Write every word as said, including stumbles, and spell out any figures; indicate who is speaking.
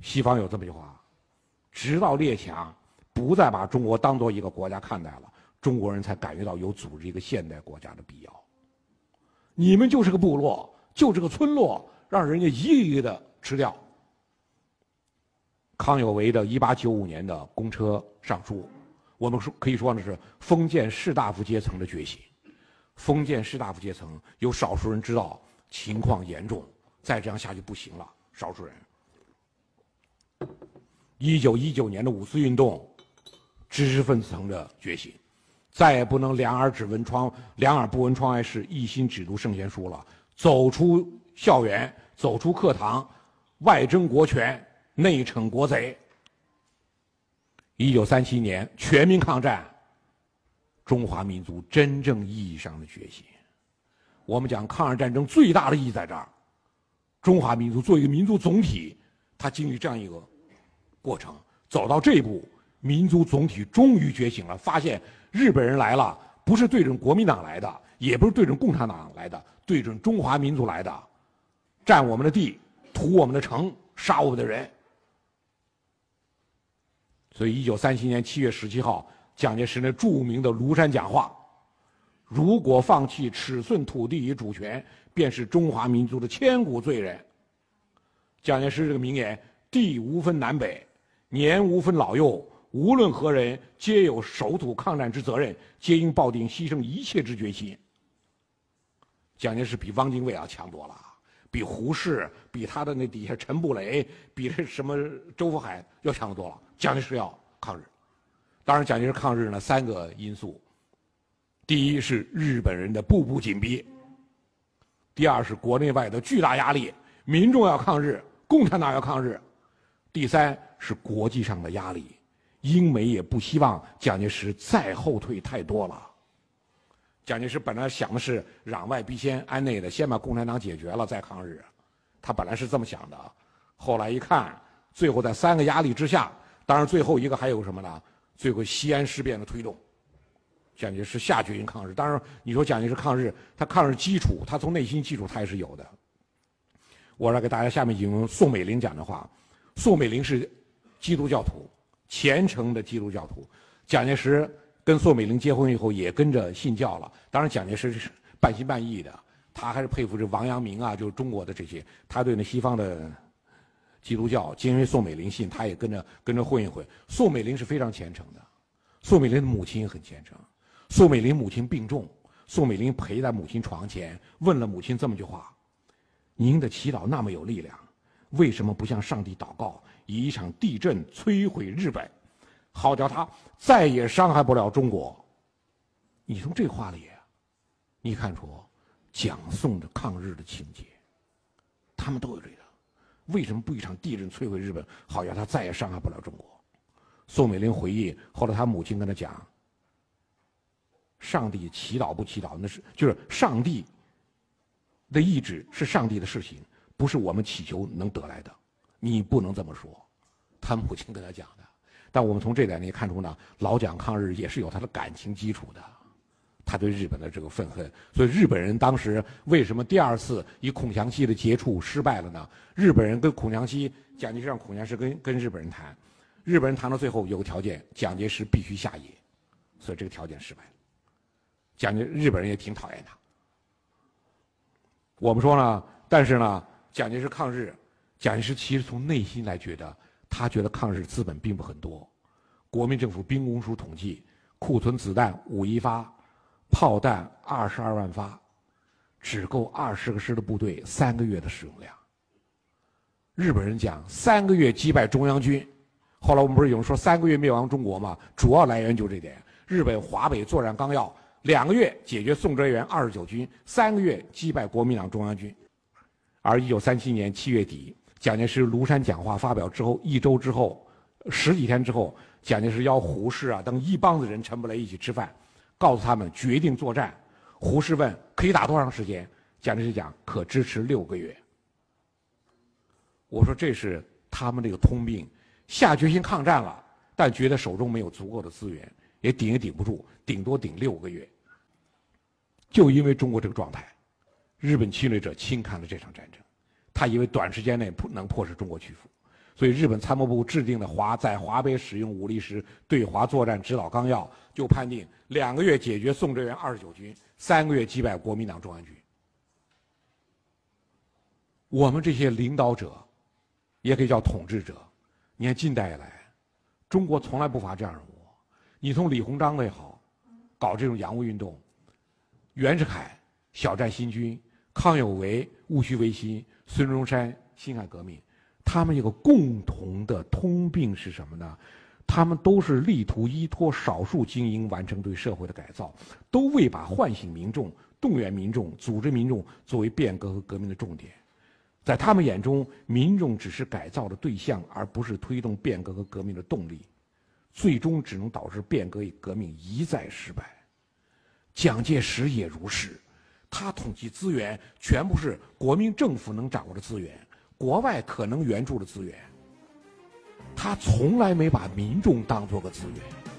Speaker 1: 西方有这么句话：直到列强不再把中国当做一个国家看待了，中国人才感觉到有组织一个现代国家的必要。你们就是个部落，就是个村落，让人家一个一个的吃掉。康有为的一八九五年的公车上书，我们说可以说呢是封建士大夫阶层的觉醒。封建士大夫阶层有少数人知道情况严重，再这样下去不行了。少数人。一九一九年的五四运动，知识分子层的觉醒，再也不能两耳只闻窗，两耳不闻窗外事，一心只读圣贤书了。走出校园，走出课堂，外争国权，内惩国贼。一九三七年全民抗战，中华民族真正意义上的觉醒。我们讲抗日战争最大的意义在这儿，中华民族作为一个民族总体，它经历这样一个过程，走到这一步，民族总体终于觉醒了，发现日本人来了，不是对准国民党来的，也不是对准共产党来的，对准中华民族来的，占我们的地，屠我们的城，杀我们的人。所以一九三七年七月十七号，蒋介石那著名的庐山讲话，如果放弃尺寸土地与主权，便是中华民族的千古罪人。蒋介石这个名言，地无分南北，年无分老幼，无论何人，皆有守土抗战之责任，皆应抱定牺牲一切之决心。蒋介石比汪精卫要强多了，比胡适，比他的那底下陈布雷，比这什么周福海要强得多了。蒋介石要抗日，当然蒋介石抗日呢三个因素：第一是日本人的步步紧逼，第二是国内外的巨大压力，民众要抗日，共产党要抗日，第三是国际上的压力，英美也不希望蒋介石再后退太多了。蒋介石本来想的是攘外必先安内的，先把共产党解决了再抗日，他本来是这么想的，后来一看，最后在三个压力之下，当然最后一个还有什么呢？最后西安事变的推动，蒋介石下决心抗日。当然你说蒋介石抗日，他抗日基础，他从内心基础他也是有的。我来给大家下面引用宋美龄讲的话。宋美龄是基督教徒，虔诚的基督教徒。蒋介石跟宋美龄结婚以后也跟着信教了，当然蒋介石是半信半疑的，他还是佩服这王阳明啊，就是中国的这些，他对那西方的基督教，因为宋美龄信，他也跟着跟着混一混。宋美龄是非常虔诚的，宋美龄的母亲也很虔诚。宋美龄母亲病重，宋美龄陪在母亲床前，问了母亲这么句话：您的祈祷那么有力量，为什么不向上帝祷告，以一场地震摧毁日本，好叫他再也伤害不了中国？你从这话里，你看出蒋宋的抗日的情节，他们都有这个。为什么不一场地震摧毁日本，好叫他再也伤害不了中国？宋美龄回忆，后来他母亲跟他讲，上帝祈祷不祈祷，那是就是上帝的意志是上帝的事情，不是我们祈求能得来的，你不能这么说。他母亲跟他讲的。但我们从这点也看出呢，老蒋抗日也是有他的感情基础的，他对日本的这个愤恨。所以日本人当时为什么第二次以孔祥熙的接触失败了呢？日本人跟孔祥熙，蒋介石让孔祥熙跟跟日本人谈，日本人谈到最后有个条件，蒋介石必须下野，所以这个条件失败了。蒋介日本人也挺讨厌他。我们说呢，但是呢，蒋介石抗日，蒋介石其实从内心来觉得，他觉得抗日资本并不很多。国民政府兵工署统计，库存子弹五亿发，炮弹二十二万发，只够二十个师的部队三个月的使用量。日本人讲三个月击败中央军，后来我们不是有人说三个月灭亡中国吗？主要来源就这点。日本华北作战纲要，两个月解决宋哲元二十九军，三个月击败国民党中央军。而一九三七年七月底，蒋介石庐山讲话发表之后一周之后，十几天之后，蒋介石邀胡适啊等一帮子人陈布雷一起吃饭，告诉他们决定作战。胡适问可以打多长时间，蒋介石讲可支持六个月。我说这是他们这个通病，下决心抗战了，但觉得手中没有足够的资源，也顶也顶不住，顶多顶六个月。就因为中国这个状态，日本侵略者轻看了这场战争，他以为短时间内能迫使中国屈服， 所以日本参谋部制定的华在华北使用武力时对华作战指导纲要就判定两个月解决宋哲元二十九军，三个月击败国民党重案局。我们这些领导者，也可以叫统治者，你看近代以来，中国从来不乏这样人物。你从李鸿章的也好，搞这种洋务运动，袁世凯小站新军，康有为戊戌维新，孙中山辛亥革命，他们有个共同的通病是什么呢？他们都是力图依托少数精英完成对社会的改造，都未把唤醒民众、动员民众、组织民众作为变革和革命的重点。在他们眼中，民众只是改造的对象，而不是推动变革和革命的动力，最终只能导致变革与革命一再失败。蒋介石也如是，他统计资源全部是国民政府能掌握的资源，国外可能援助的资源，他从来没把民众当作个资源。